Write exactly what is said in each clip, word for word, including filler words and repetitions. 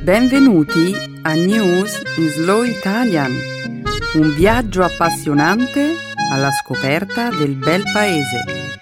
Benvenuti a News in Slow Italian, un viaggio appassionante alla scoperta del bel paese.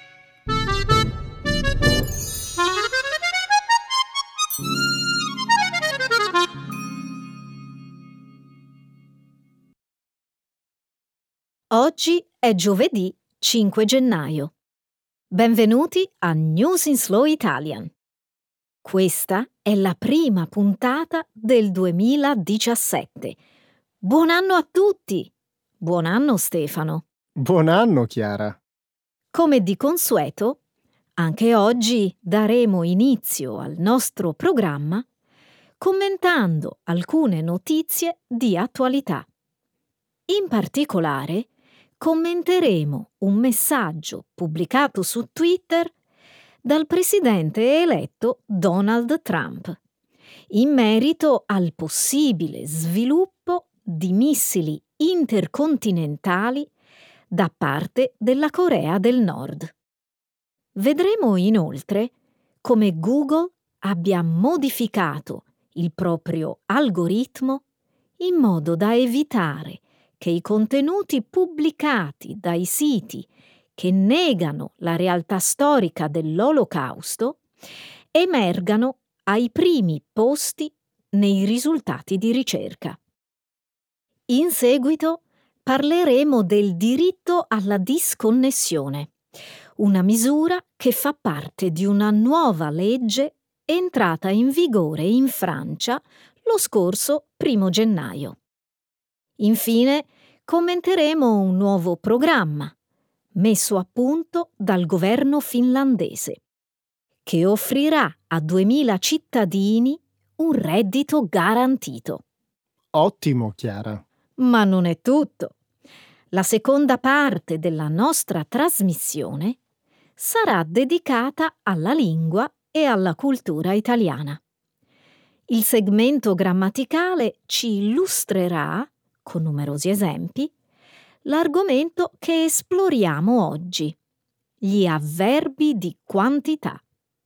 Oggi è giovedì cinque gennaio. Benvenuti a News in Slow Italian. Questa è la prima puntata del duemiladiciassette. Buon anno a tutti! Buon anno Stefano! Buon anno Chiara! Come di consueto, anche oggi daremo inizio al nostro programma commentando alcune notizie di attualità. In particolare, commenteremo un messaggio pubblicato su Twitter dal presidente eletto Donald Trump in merito al possibile sviluppo di missili intercontinentali da parte della Corea del Nord. Vedremo inoltre come Google abbia modificato il proprio algoritmo in modo da evitare che i contenuti pubblicati dai siti che negano la realtà storica dell'Olocausto emergano ai primi posti nei risultati di ricerca. In seguito parleremo del diritto alla disconnessione, una misura che fa parte di una nuova legge entrata in vigore in Francia lo scorso primo gennaio. Infine, commenteremo un nuovo programma messo a punto dal governo finlandese, che offrirà a duemila cittadini un reddito garantito. Ottimo, Chiara! Ma non è tutto. La seconda parte della nostra trasmissione sarà dedicata alla lingua e alla cultura italiana. Il segmento grammaticale ci illustrerà, con numerosi esempi, l'argomento che esploriamo oggi, gli avverbi di quantità.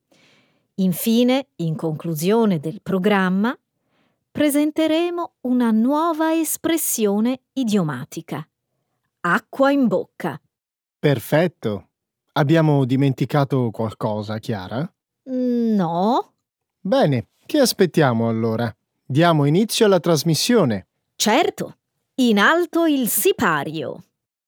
Infine, in conclusione del programma, presenteremo una nuova espressione idiomatica, acqua in bocca. Perfetto! Abbiamo dimenticato qualcosa, Chiara? No. Bene, che aspettiamo allora? Diamo inizio alla trasmissione. Certo! In alto il sipario.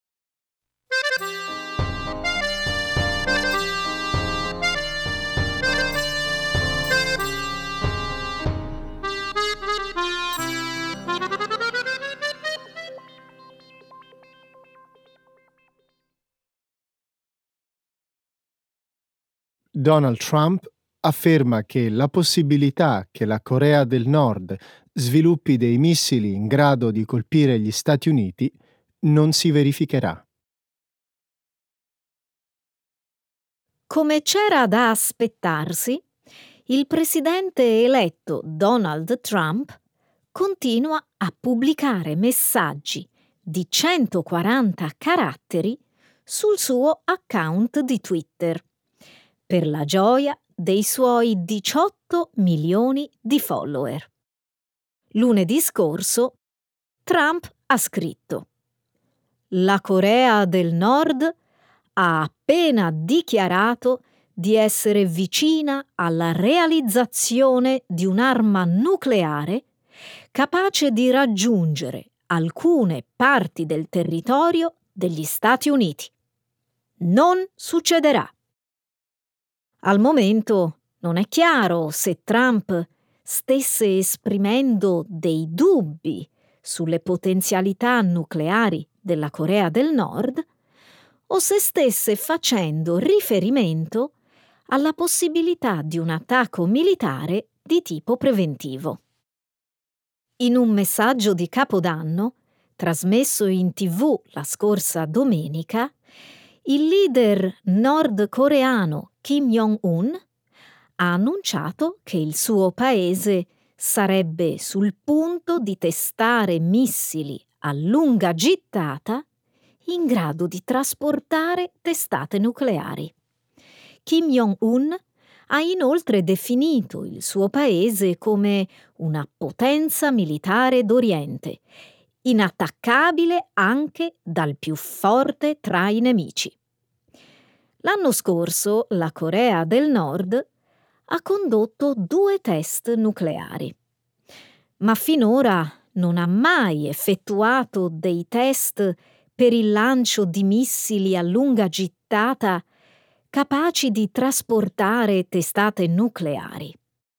Donald Trump afferma che la possibilità che la Corea del Nord sviluppi dei missili in grado di colpire gli Stati Uniti non si verificherà. Come c'era da aspettarsi, il presidente eletto Donald Trump continua a pubblicare messaggi di centoquaranta caratteri sul suo account di Twitter, per la gioia dei suoi diciotto milioni di follower. Lunedì scorso, Trump ha scritto: «La Corea del Nord ha appena dichiarato di essere vicina alla realizzazione di un'arma nucleare capace di raggiungere alcune parti del territorio degli Stati Uniti. Non succederà». Al momento non è chiaro se Trump stesse esprimendo dei dubbi sulle potenzialità nucleari della Corea del Nord o se stesse facendo riferimento alla possibilità di un attacco militare di tipo preventivo. In un messaggio di Capodanno, trasmesso in tivù la scorsa domenica, il leader nordcoreano Kim Jong-un ha annunciato che il suo paese sarebbe sul punto di testare missili a lunga gittata in grado di trasportare testate nucleari. Kim Jong-un Ha inoltre definito il suo paese come una potenza militare d'Oriente, inattaccabile anche dal più forte tra i nemici. L'anno scorso la Corea del Nord ha condotto due test nucleari, ma finora non ha mai effettuato dei test per il lancio di missili a lunga gittata capaci di trasportare testate nucleari.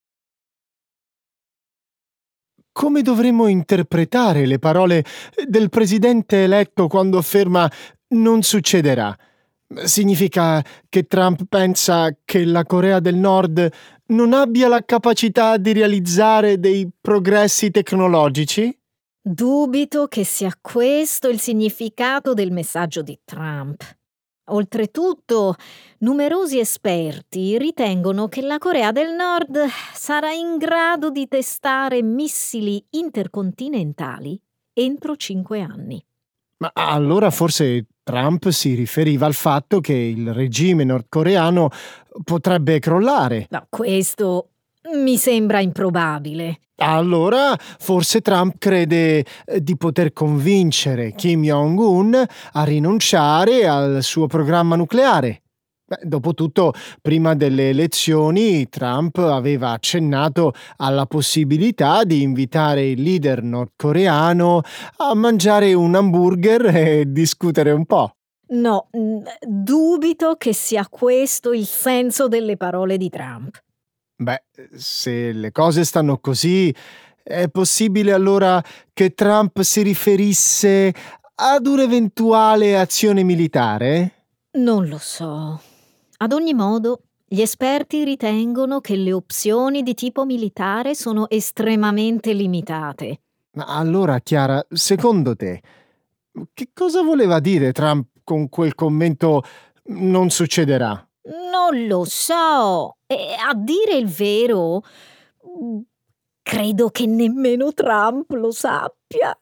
Come dovremmo interpretare le parole del presidente eletto quando afferma "non succederà"? Significa che Trump pensa che la Corea del Nord non abbia la capacità di realizzare dei progressi tecnologici? Dubito che sia questo il significato del messaggio di Trump. Oltretutto, numerosi esperti ritengono che la Corea del Nord sarà in grado di testare missili intercontinentali entro cinque anni. Ma allora forse Trump si riferiva al fatto che il regime nordcoreano potrebbe crollare. No, questo mi sembra improbabile. Allora forse Trump crede eh, di poter convincere Kim Jong-un a rinunciare al suo programma nucleare. Beh, dopotutto, prima delle elezioni, Trump aveva accennato alla possibilità di invitare il leader nordcoreano a mangiare un hamburger e discutere un po'. No, mh, dubito che sia questo il senso delle parole di Trump. Beh, se le cose stanno così, è possibile allora che Trump si riferisse ad un'eventuale azione militare? Non lo so. Ad ogni modo, gli esperti ritengono che le opzioni di tipo militare sono estremamente limitate. Ma allora, Chiara, secondo te, che cosa voleva dire Trump con quel commento "non succederà"? Non lo so. E a dire il vero, mh, credo che nemmeno Trump lo sappia.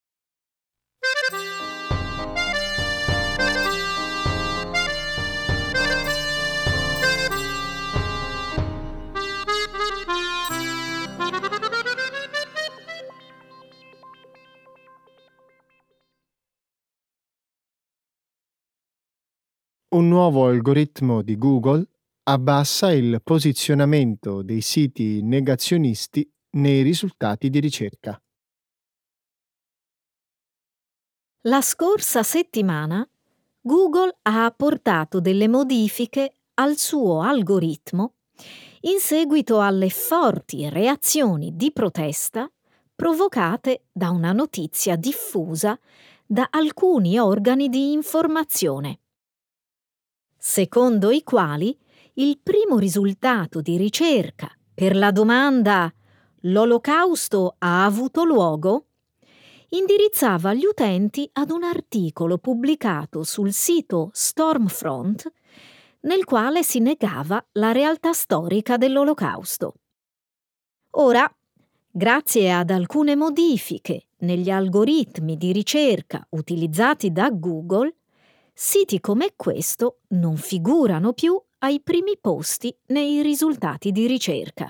Un nuovo algoritmo di Google abbassa il posizionamento dei siti negazionisti nei risultati di ricerca. La scorsa settimana Google ha apportato delle modifiche al suo algoritmo in seguito alle forti reazioni di protesta provocate da una notizia diffusa da alcuni organi di informazione, secondo i quali il primo risultato di ricerca per la domanda "L'Olocausto ha avuto luogo?" indirizzava gli utenti ad un articolo pubblicato sul sito Stormfront nel quale si negava la realtà storica dell'Olocausto. Ora, grazie ad alcune modifiche negli algoritmi di ricerca utilizzati da Google, siti come questo non figurano più ai primi posti nei risultati di ricerca.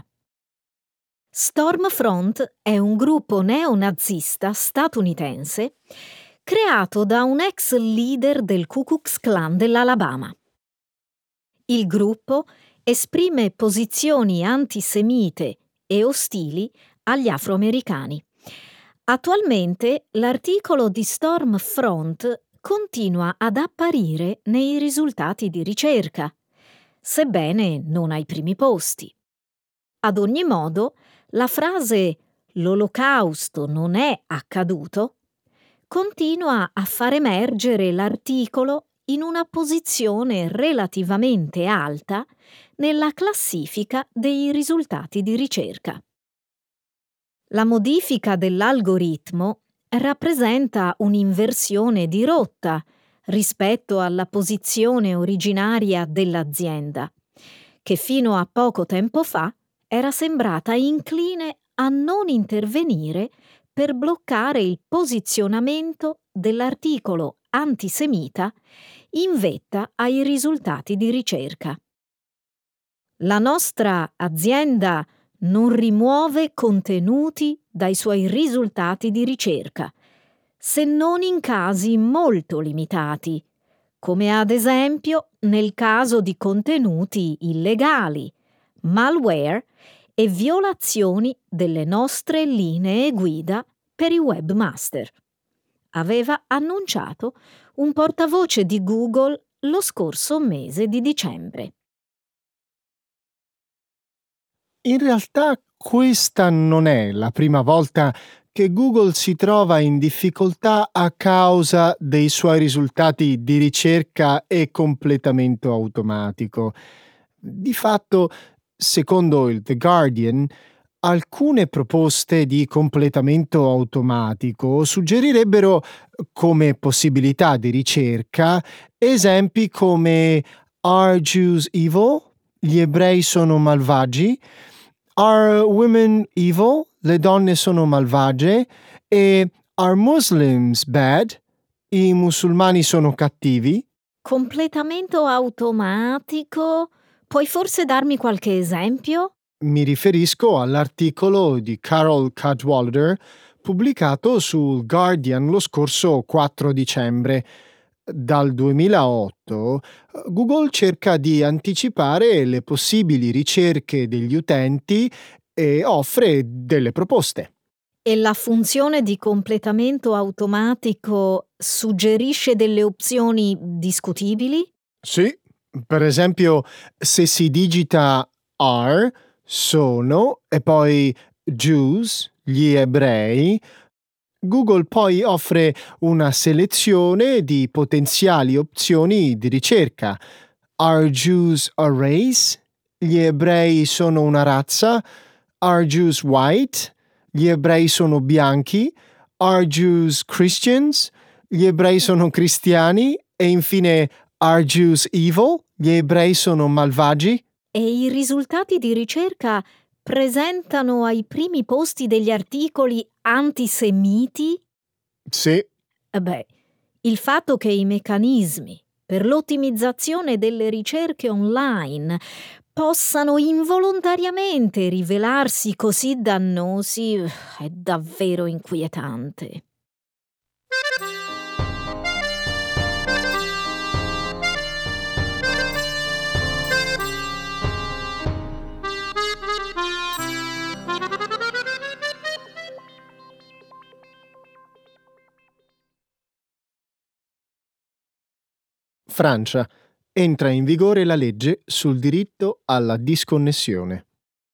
Stormfront è un gruppo neonazista statunitense creato da un ex leader del Ku Klux Klan dell'Alabama. Il gruppo esprime posizioni antisemite e ostili agli afroamericani. Attualmente l'articolo di Stormfront continua ad apparire nei risultati di ricerca, sebbene non ai primi posti. Ad ogni modo, la frase "l'Olocausto non è accaduto" continua a far emergere l'articolo in una posizione relativamente alta nella classifica dei risultati di ricerca. La modifica dell'algoritmo rappresenta un'inversione di rotta rispetto alla posizione originaria dell'azienda, che fino a poco tempo fa era sembrata incline a non intervenire per bloccare il posizionamento dell'articolo antisemita in vetta ai risultati di ricerca. La nostra azienda non rimuove contenuti dai suoi risultati di ricerca, se non in casi molto limitati, come ad esempio nel caso di contenuti illegali, malware e violazioni delle nostre linee guida per i webmaster, aveva annunciato un portavoce di Google lo scorso mese di dicembre. In realtà questa non è la prima volta che Google si trova in difficoltà a causa dei suoi risultati di ricerca e completamento automatico. Di fatto, secondo il The Guardian, alcune proposte di completamento automatico suggerirebbero come possibilità di ricerca esempi come Are Jews evil? Gli ebrei sono malvagi? Are women evil? Le donne sono malvagie? E Are Muslims bad? I musulmani sono cattivi? Completamento automatico? Puoi forse darmi qualche esempio? Mi riferisco all'articolo di Carol Cadwalder pubblicato sul Guardian lo scorso quattro dicembre. Dal duemilaotto Google cerca di anticipare le possibili ricerche degli utenti e offre delle proposte. E la funzione di completamento automatico suggerisce delle opzioni discutibili? Sì, per esempio, se si digita are, sono, e poi Jews, gli ebrei, Google poi offre una selezione di potenziali opzioni di ricerca. Are Jews a race? Gli ebrei sono una razza? Are Jews white? Gli ebrei sono bianchi? Are Jews Christians? Gli ebrei sono cristiani? E infine, Are Jews evil? Gli ebrei sono malvagi? E i risultati di ricerca presentano ai primi posti degli articoli antisemiti? Sì. Beh, il fatto che i meccanismi per l'ottimizzazione delle ricerche online possano involontariamente rivelarsi così dannosi è davvero inquietante. Francia. Entra in vigore la legge sul diritto alla disconnessione.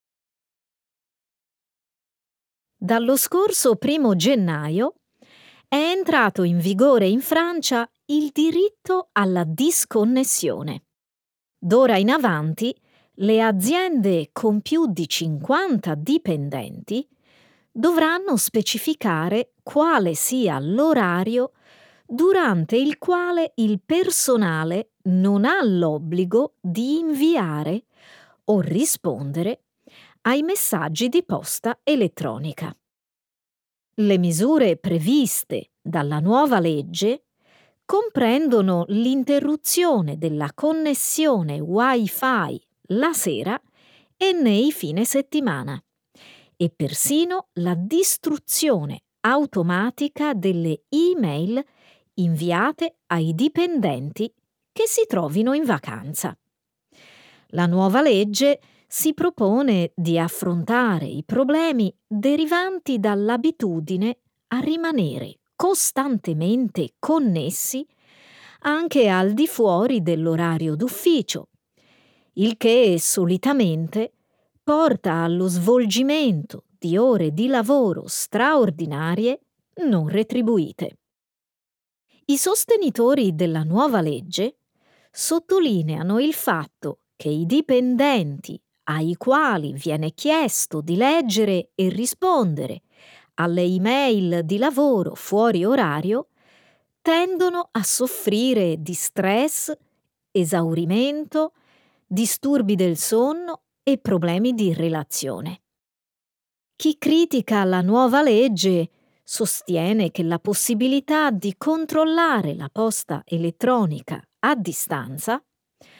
Dallo scorso primo gennaio è entrato in vigore in Francia il diritto alla disconnessione. D'ora in avanti, le aziende con più di cinquanta dipendenti dovranno specificare quale sia l'orario durante il quale il personale non ha l'obbligo di inviare o rispondere ai messaggi di posta elettronica. Le misure previste dalla nuova legge comprendono l'interruzione della connessione Wi-Fi la sera e nei fine settimana e persino la distruzione automatica delle email inviate ai dipendenti che si trovino in vacanza. La nuova legge si propone di affrontare i problemi derivanti dall'abitudine a rimanere costantemente connessi anche al di fuori dell'orario d'ufficio, il che solitamente porta allo svolgimento di ore di lavoro straordinarie non retribuite. I sostenitori della nuova legge sottolineano il fatto che i dipendenti ai quali viene chiesto di leggere e rispondere alle email di lavoro fuori orario tendono a soffrire di stress, esaurimento, disturbi del sonno e problemi di relazione. Chi critica la nuova legge sostiene che la possibilità di controllare la posta elettronica a distanza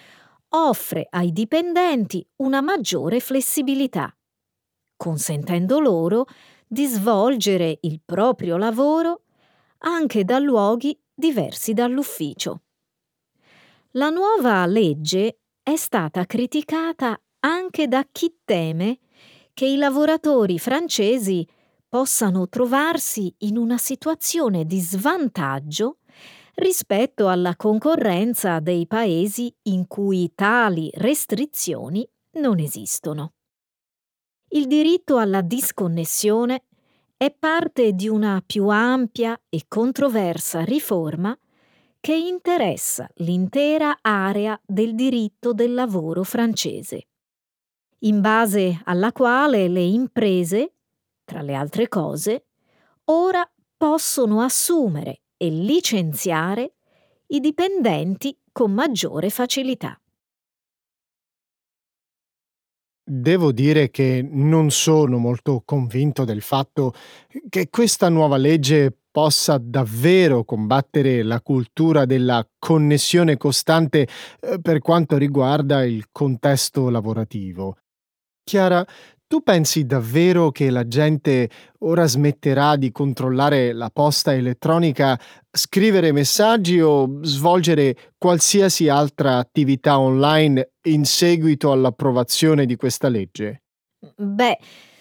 offre ai dipendenti una maggiore flessibilità, consentendo loro di svolgere il proprio lavoro anche da luoghi diversi dall'ufficio. La nuova legge è stata criticata anche da chi teme che i lavoratori francesi possano trovarsi in una situazione di svantaggio rispetto alla concorrenza dei paesi in cui tali restrizioni non esistono. Il diritto alla disconnessione è parte di una più ampia e controversa riforma che interessa l'intera area del diritto del lavoro francese, in base alla quale le imprese, tra le altre cose, ora possono assumere e licenziare i dipendenti con maggiore facilità. Devo dire che non sono molto convinto del fatto che questa nuova legge possa davvero combattere la cultura della connessione costante eh, per quanto riguarda il contesto lavorativo. Chiara, tu pensi davvero che la gente ora smetterà di controllare la posta elettronica, scrivere messaggi o svolgere qualsiasi altra attività online in seguito all'approvazione di questa legge? Beh,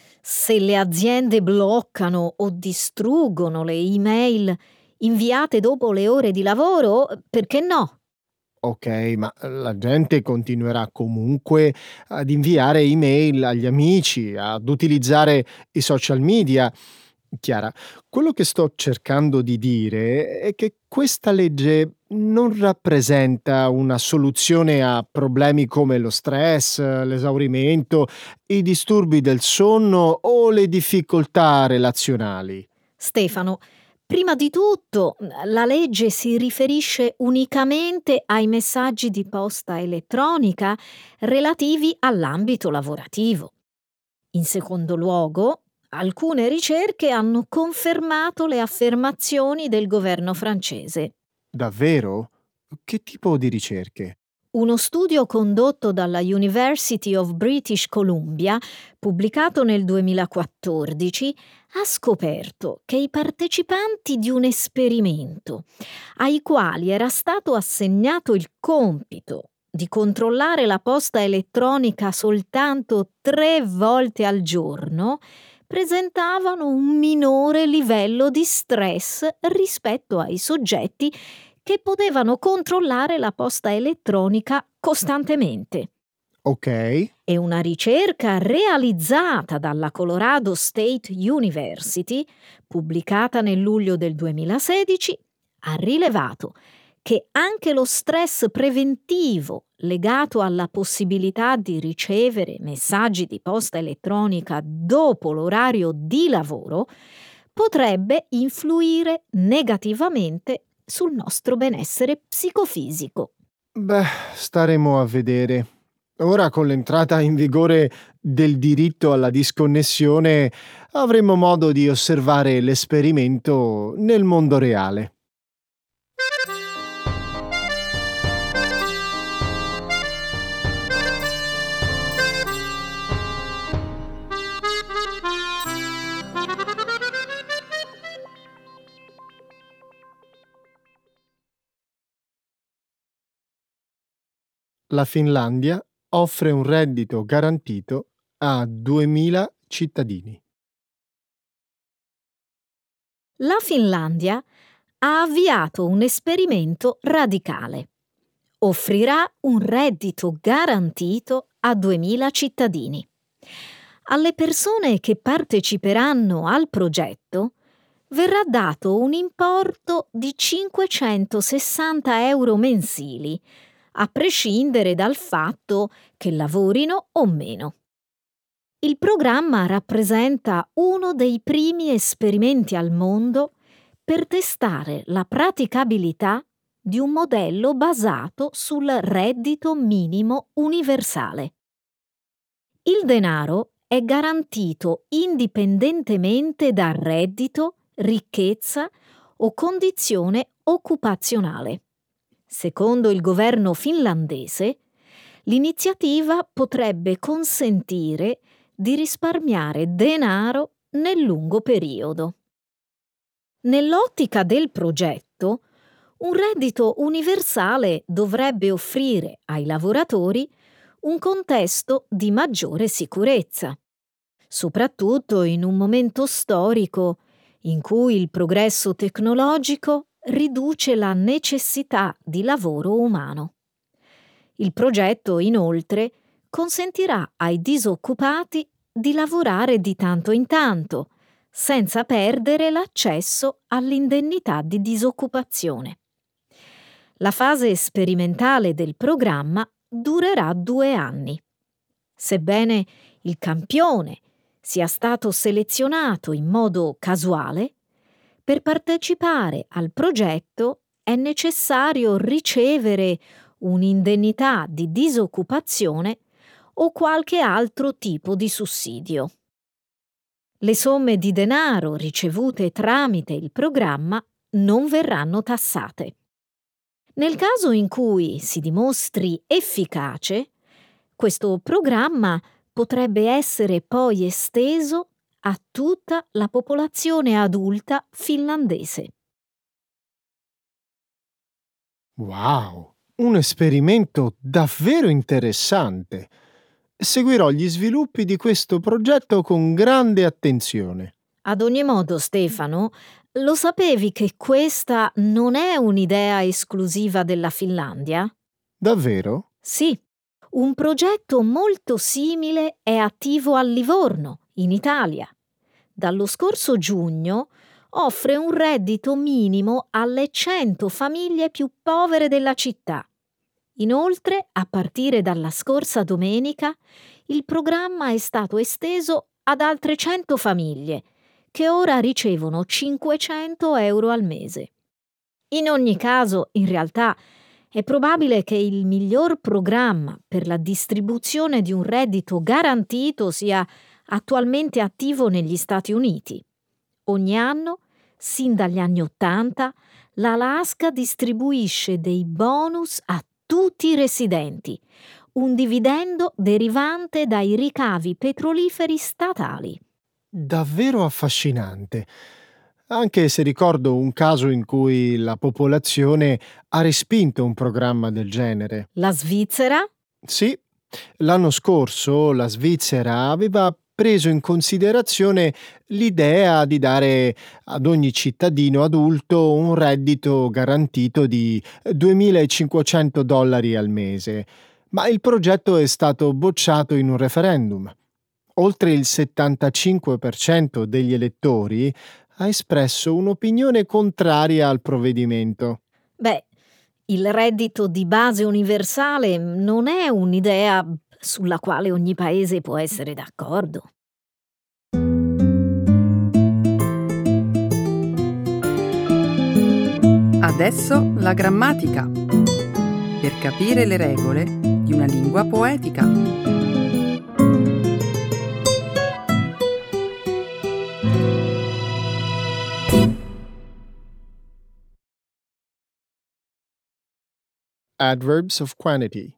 se le aziende bloccano o distruggono le email inviate dopo le ore di lavoro, perché no? Ok, ma la gente continuerà comunque ad inviare email agli amici, ad utilizzare i social media. Chiara, quello che sto cercando di dire è che questa legge non rappresenta una soluzione a problemi come lo stress, l'esaurimento, i disturbi del sonno o le difficoltà relazionali. Stefano, prima di tutto, la legge si riferisce unicamente ai messaggi di posta elettronica relativi all'ambito lavorativo. In secondo luogo, alcune ricerche hanno confermato le affermazioni del governo francese. Davvero? Che tipo di ricerche? Uno studio condotto dalla University of British Columbia, pubblicato nel duemilaquattordici, ha scoperto che i partecipanti di un esperimento, ai quali era stato assegnato il compito di controllare la posta elettronica soltanto tre volte al giorno, presentavano un minore livello di stress rispetto ai soggetti che potevano controllare la posta elettronica costantemente. Ok. E una ricerca realizzata dalla Colorado State University, pubblicata nel luglio del duemilasedici, ha rilevato che anche lo stress preventivo legato alla possibilità di ricevere messaggi di posta elettronica dopo l'orario di lavoro potrebbe influire negativamente sul nostro benessere psicofisico. Beh, staremo a vedere. Ora, con l'entrata in vigore del diritto alla disconnessione, avremo modo di osservare l'esperimento nel mondo reale. La Finlandia offre un reddito garantito a duemila cittadini. La Finlandia ha avviato un esperimento radicale. Offrirà un reddito garantito a duemila cittadini. Alle persone che parteciperanno al progetto verrà dato un importo di cinquecentosessanta euro mensili, a prescindere dal fatto che lavorino o meno. Il programma rappresenta uno dei primi esperimenti al mondo per testare la praticabilità di un modello basato sul reddito minimo universale. Il denaro è garantito indipendentemente da reddito, ricchezza o condizione occupazionale. Secondo il governo finlandese, L'iniziativa potrebbe consentire di risparmiare denaro nel lungo periodo. Nell'ottica del progetto, un reddito universale dovrebbe offrire ai lavoratori un contesto di maggiore sicurezza, soprattutto in un momento storico in cui il progresso tecnologico riduce la necessità di lavoro umano. Il progetto, inoltre, consentirà ai disoccupati di lavorare di tanto in tanto, senza perdere l'accesso all'indennità di disoccupazione. La fase sperimentale del programma durerà due anni. Sebbene il campione sia stato selezionato in modo casuale, per partecipare al progetto è necessario ricevere un'indennità di disoccupazione o qualche altro tipo di sussidio. Le somme di denaro ricevute tramite il programma non verranno tassate. Nel caso in cui si dimostri efficace, questo programma potrebbe essere poi esteso a tutta la popolazione adulta finlandese. Wow, un esperimento davvero interessante. Seguirò gli sviluppi di questo progetto con grande attenzione. Ad ogni modo, Stefano, lo sapevi che questa non è un'idea esclusiva della Finlandia? Davvero? Sì, un progetto molto simile è attivo a Livorno, in Italia. Dallo scorso giugno offre un reddito minimo alle cento famiglie più povere della città. Inoltre, a partire dalla scorsa domenica, il programma è stato esteso ad altre cento famiglie, che ora ricevono cinquecento euro al mese. In ogni caso, in realtà, è probabile che il miglior programma per la distribuzione di un reddito garantito sia attualmente attivo negli Stati Uniti. Ogni anno, sin dagli anni Ottanta, l'Alaska distribuisce dei bonus a tutti i residenti, un dividendo derivante dai ricavi petroliferi statali. Davvero affascinante. Anche se ricordo un caso in cui la popolazione ha respinto un programma del genere. La Svizzera? Sì, l'anno scorso la Svizzera aveva preso in considerazione l'idea di dare ad ogni cittadino adulto un reddito garantito di duemilacinquecento dollari al mese, ma il progetto è stato bocciato in un referendum. Oltre il settantacinque per cento degli elettori ha espresso un'opinione contraria al provvedimento. Beh, il reddito di base universale non è un'idea sulla quale ogni paese può essere d'accordo. Adesso la grammatica, per capire le regole di una lingua poetica. Adverbs of quantity.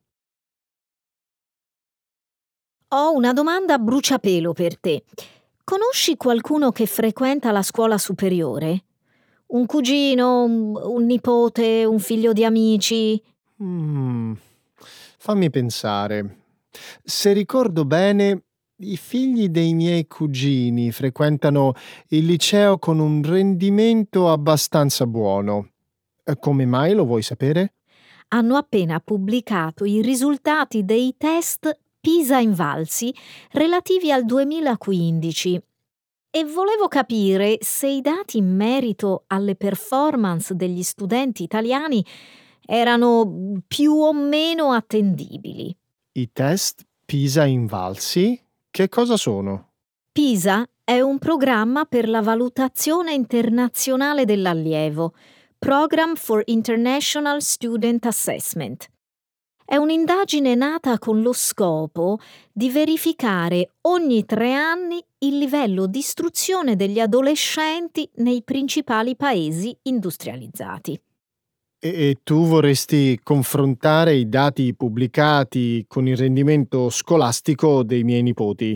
Ho una domanda a bruciapelo per te. Conosci qualcuno che frequenta la scuola superiore? Un cugino, un, un nipote, un figlio di amici? Mm, fammi pensare. Se ricordo bene, i figli dei miei cugini frequentano il liceo con un rendimento abbastanza buono. Eh, Come mai lo vuoi sapere? Hanno appena pubblicato i risultati dei test PISA Invalsi relativi al duemilaquindici e volevo capire se i dati in merito alle performance degli studenti italiani erano più o meno attendibili. I test PISA Invalsi? Che cosa sono? PISA è un programma per la valutazione internazionale dell'allievo, Program for International Student Assessment. È un'indagine nata con lo scopo di verificare ogni tre anni il livello di istruzione degli adolescenti nei principali paesi industrializzati. E, e tu vorresti confrontare i dati pubblicati con il rendimento scolastico dei miei nipoti.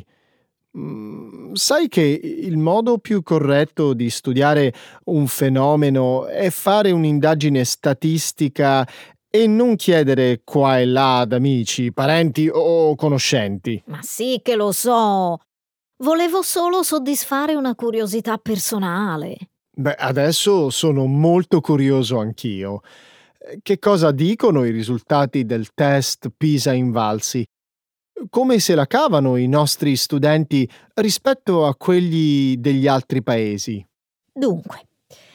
Mm, sai che il modo più corretto di studiare un fenomeno è fare un'indagine statistica e non chiedere qua e là ad amici, parenti o conoscenti. Ma sì che lo so. Volevo solo soddisfare una curiosità personale. Beh, adesso sono molto curioso anch'io. Eh, Che cosa dicono i risultati del test PISA Invalsi? Come se la cavano i nostri studenti rispetto a quelli degli altri paesi? Dunque,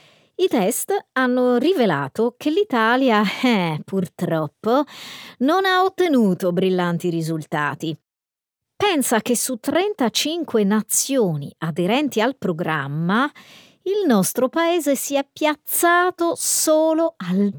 i test hanno rivelato che l'Italia, eh, purtroppo, non ha ottenuto brillanti risultati. Pensa che su trentacinque nazioni aderenti al programma, il nostro paese si è piazzato solo al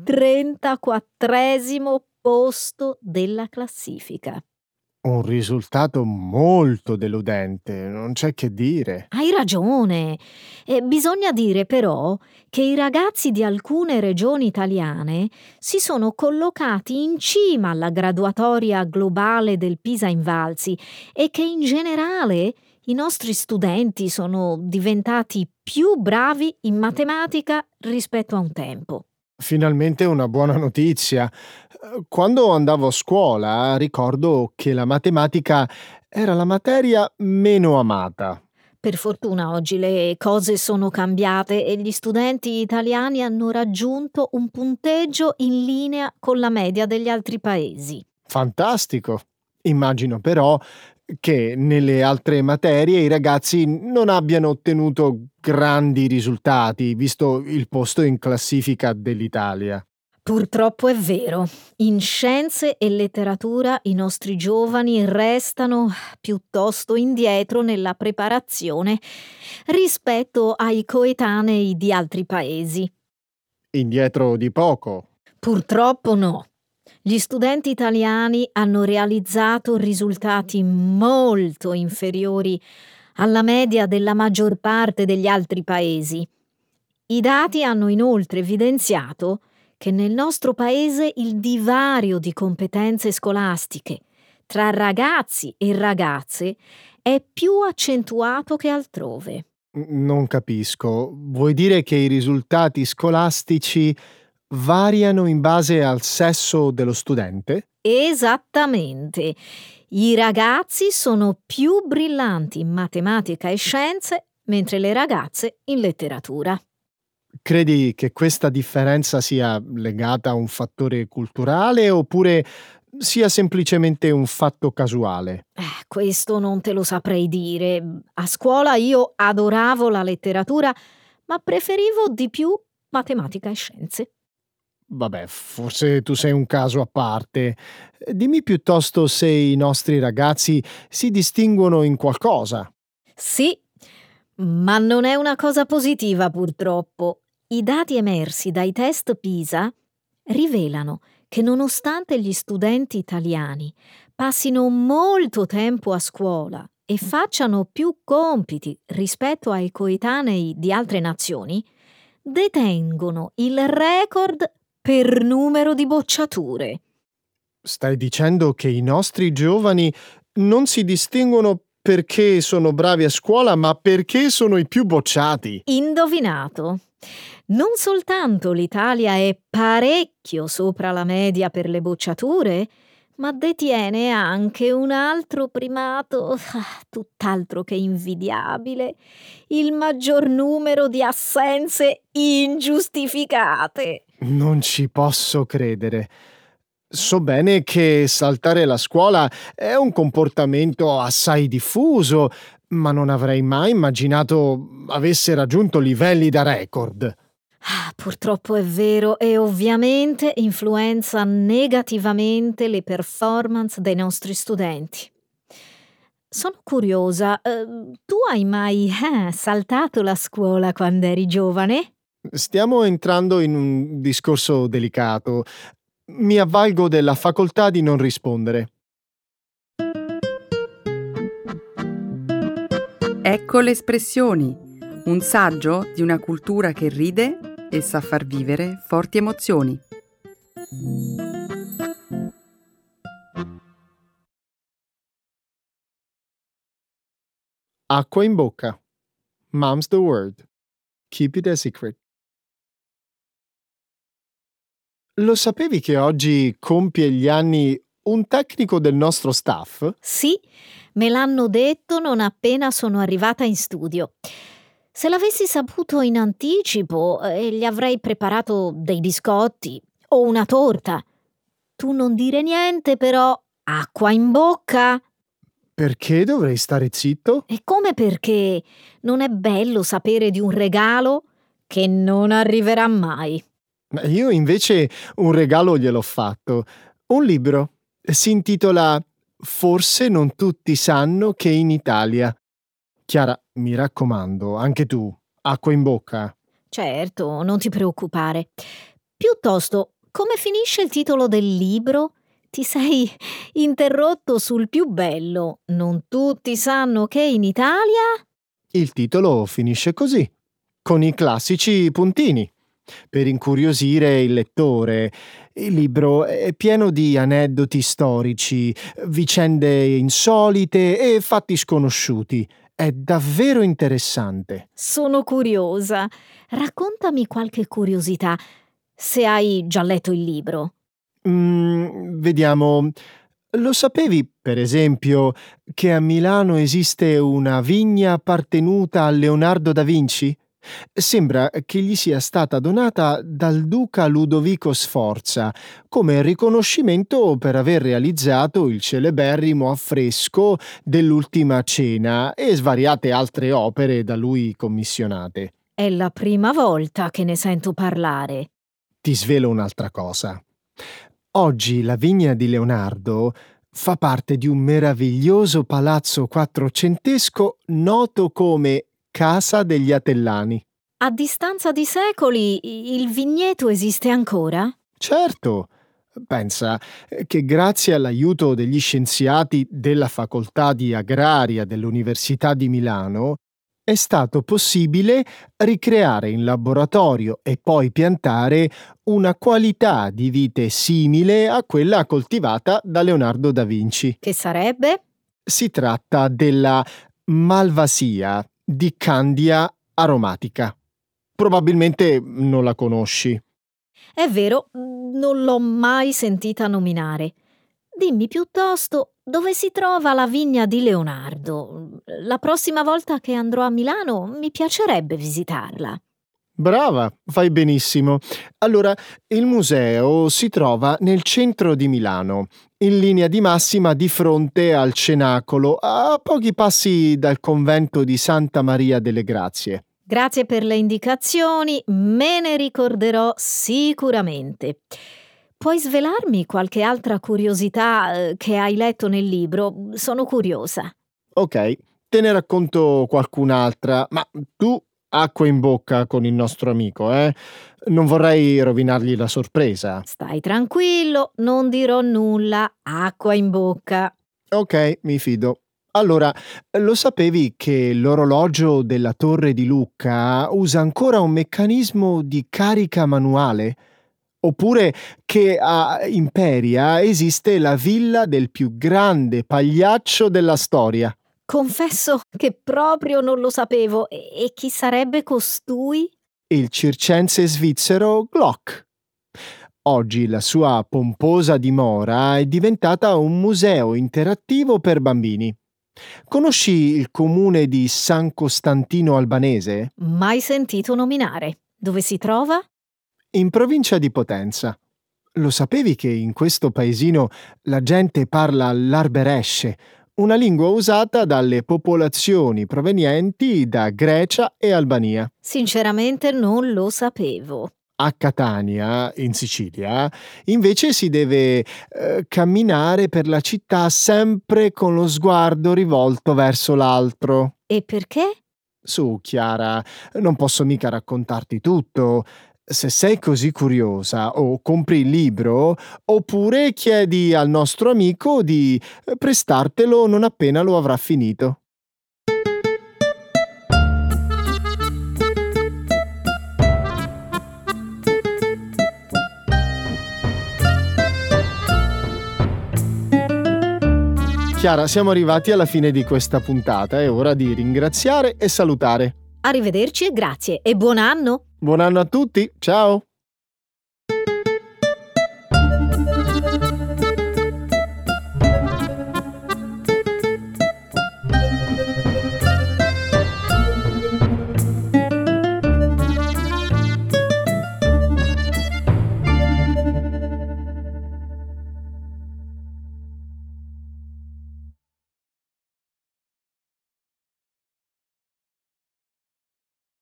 trentaquattresimo posto della classifica. Un risultato molto deludente, non c'è che dire. Hai ragione. E bisogna dire però che i ragazzi di alcune regioni italiane si sono collocati in cima alla graduatoria globale del PISA Invalsi e che in generale i nostri studenti sono diventati più bravi in matematica rispetto a un tempo. Finalmente una buona notizia. Eh, Quando andavo a scuola ricordo che la matematica era la materia meno amata. Per fortuna oggi le cose sono cambiate e gli studenti italiani hanno raggiunto un punteggio in linea con la media degli altri paesi. Fantastico. Immagino però che nelle altre materie i ragazzi non abbiano ottenuto grandi risultati, visto il posto in classifica dell'Italia. Purtroppo è vero. In scienze e letteratura i nostri giovani restano piuttosto indietro nella preparazione rispetto ai coetanei di altri paesi. Indietro di poco. Purtroppo no. Gli studenti italiani hanno realizzato risultati molto inferiori alla media della maggior parte degli altri paesi. I dati hanno inoltre evidenziato che nel nostro paese il divario di competenze scolastiche tra ragazzi e ragazze è più accentuato che altrove. N- Non capisco. Vuoi dire che i risultati scolastici variano in base al sesso dello studente? Esattamente. I ragazzi sono più brillanti in matematica e scienze, mentre le ragazze in letteratura. Credi che questa differenza sia legata a un fattore culturale oppure sia semplicemente un fatto casuale? Eh, questo non te lo saprei dire. A scuola io adoravo la letteratura, ma preferivo di più matematica e scienze. Vabbè, forse tu sei un caso a parte. Dimmi piuttosto se i nostri ragazzi si distinguono in qualcosa. Sì, ma non è una cosa positiva purtroppo. I dati emersi dai test PISA rivelano che nonostante gli studenti italiani passino molto tempo a scuola e facciano più compiti rispetto ai coetanei di altre nazioni, detengono il record per numero di bocciature. Stai dicendo che i nostri giovani non si distinguono perché sono bravi a scuola, ma perché sono i più bocciati? Indovinato. Non soltanto l'Italia è parecchio sopra la media per le bocciature, ma detiene anche un altro primato ah, tutt'altro che invidiabile, il maggior numero di assenze ingiustificate. Non ci posso credere. So bene che saltare la scuola è un comportamento assai diffuso, ma non avrei mai immaginato avesse raggiunto livelli da record. Ah, purtroppo è vero e ovviamente influenza negativamente le performance dei nostri studenti. Sono curiosa, eh, tu hai mai eh, saltato la scuola quando eri giovane? Stiamo entrando in un discorso delicato. Mi avvalgo della facoltà di non rispondere. Ecco le espressioni, un saggio di una cultura che ride e sa far vivere forti emozioni. Acqua in bocca. Mum's the word. Keep it a secret. Lo sapevi che oggi compie gli anni un tecnico del nostro staff? Sì, me l'hanno detto non appena sono arrivata in studio. Se l'avessi saputo in anticipo, eh, gli avrei preparato dei biscotti o una torta. Tu non dire niente, però acqua in bocca. Perché dovrei stare zitto? E come perché? Non è bello sapere di un regalo che non arriverà mai. Ma io invece un regalo gliel'ho fatto. Un libro. Si intitola Forse non tutti sanno che in Italia. Chiara, mi raccomando, anche tu, acqua in bocca. Certo, non ti preoccupare. Piuttosto, come finisce il titolo del libro? Ti sei interrotto sul più bello. Non tutti sanno che in Italia... Il titolo finisce così, con i classici puntini. Per incuriosire il lettore, il libro è pieno di aneddoti storici, vicende insolite e fatti sconosciuti. È davvero interessante. Sono curiosa. Raccontami qualche curiosità, se hai già letto il libro. Mm, vediamo. Lo sapevi, per esempio, che a Milano esiste una vigna appartenuta a Leonardo da Vinci? Sembra che gli sia stata donata dal duca Ludovico Sforza come riconoscimento per aver realizzato il celeberrimo affresco dell'Ultima Cena e svariate altre opere da lui commissionate. È la prima volta che ne sento parlare. Ti svelo un'altra cosa. Oggi la vigna di Leonardo fa parte di un meraviglioso palazzo quattrocentesco noto come Casa degli Atellani. A distanza di secoli il vigneto esiste ancora? Certo, pensa che grazie all'aiuto degli scienziati della Facoltà di Agraria dell'Università di Milano è stato possibile ricreare in laboratorio e poi piantare una qualità di vite simile a quella coltivata da Leonardo da Vinci. Che sarebbe? Si tratta della Malvasia di Candia aromatica. Probabilmente non la conosci. È vero, non l'ho mai sentita nominare. Dimmi piuttosto dove si trova la vigna di Leonardo. La prossima volta che andrò a Milano mi piacerebbe visitarla. Brava, fai benissimo. Allora, il museo si trova nel centro di Milano, in linea di massima di fronte al Cenacolo, a pochi passi dal convento di Santa Maria delle Grazie. Grazie per le indicazioni, me ne ricorderò sicuramente. Puoi svelarmi qualche altra curiosità eh, che hai letto nel libro? Sono curiosa. Ok, te ne racconto qualcun'altra, ma tu acqua in bocca con il nostro amico, eh? Non vorrei rovinargli la sorpresa. Stai tranquillo, non dirò nulla, acqua in bocca. Ok, mi fido. Allora, lo sapevi che l'orologio della Torre di Lucca usa ancora un meccanismo di carica manuale? Oppure che a Imperia esiste la villa del più grande pagliaccio della storia? Confesso che proprio non lo sapevo. E, e chi sarebbe costui? Il circense svizzero Glock. Oggi la sua pomposa dimora è diventata un museo interattivo per bambini. Conosci il comune di San Costantino Albanese? Mai sentito nominare. Dove si trova? In provincia di Potenza. Lo sapevi che in questo paesino la gente parla l'Arberesce, una lingua usata dalle popolazioni provenienti da Grecia e Albania? Sinceramente non lo sapevo. A Catania, in Sicilia, invece si deve eh, camminare per la città sempre con lo sguardo rivolto verso l'altro. E perché? Su, Chiara, non posso mica raccontarti tutto. Se sei così curiosa, o compri il libro, oppure chiedi al nostro amico di prestartelo non appena lo avrà finito. Chiara, siamo arrivati alla fine di questa puntata, è ora di ringraziare e salutare. Arrivederci e grazie e buon anno! Buon anno a tutti, ciao!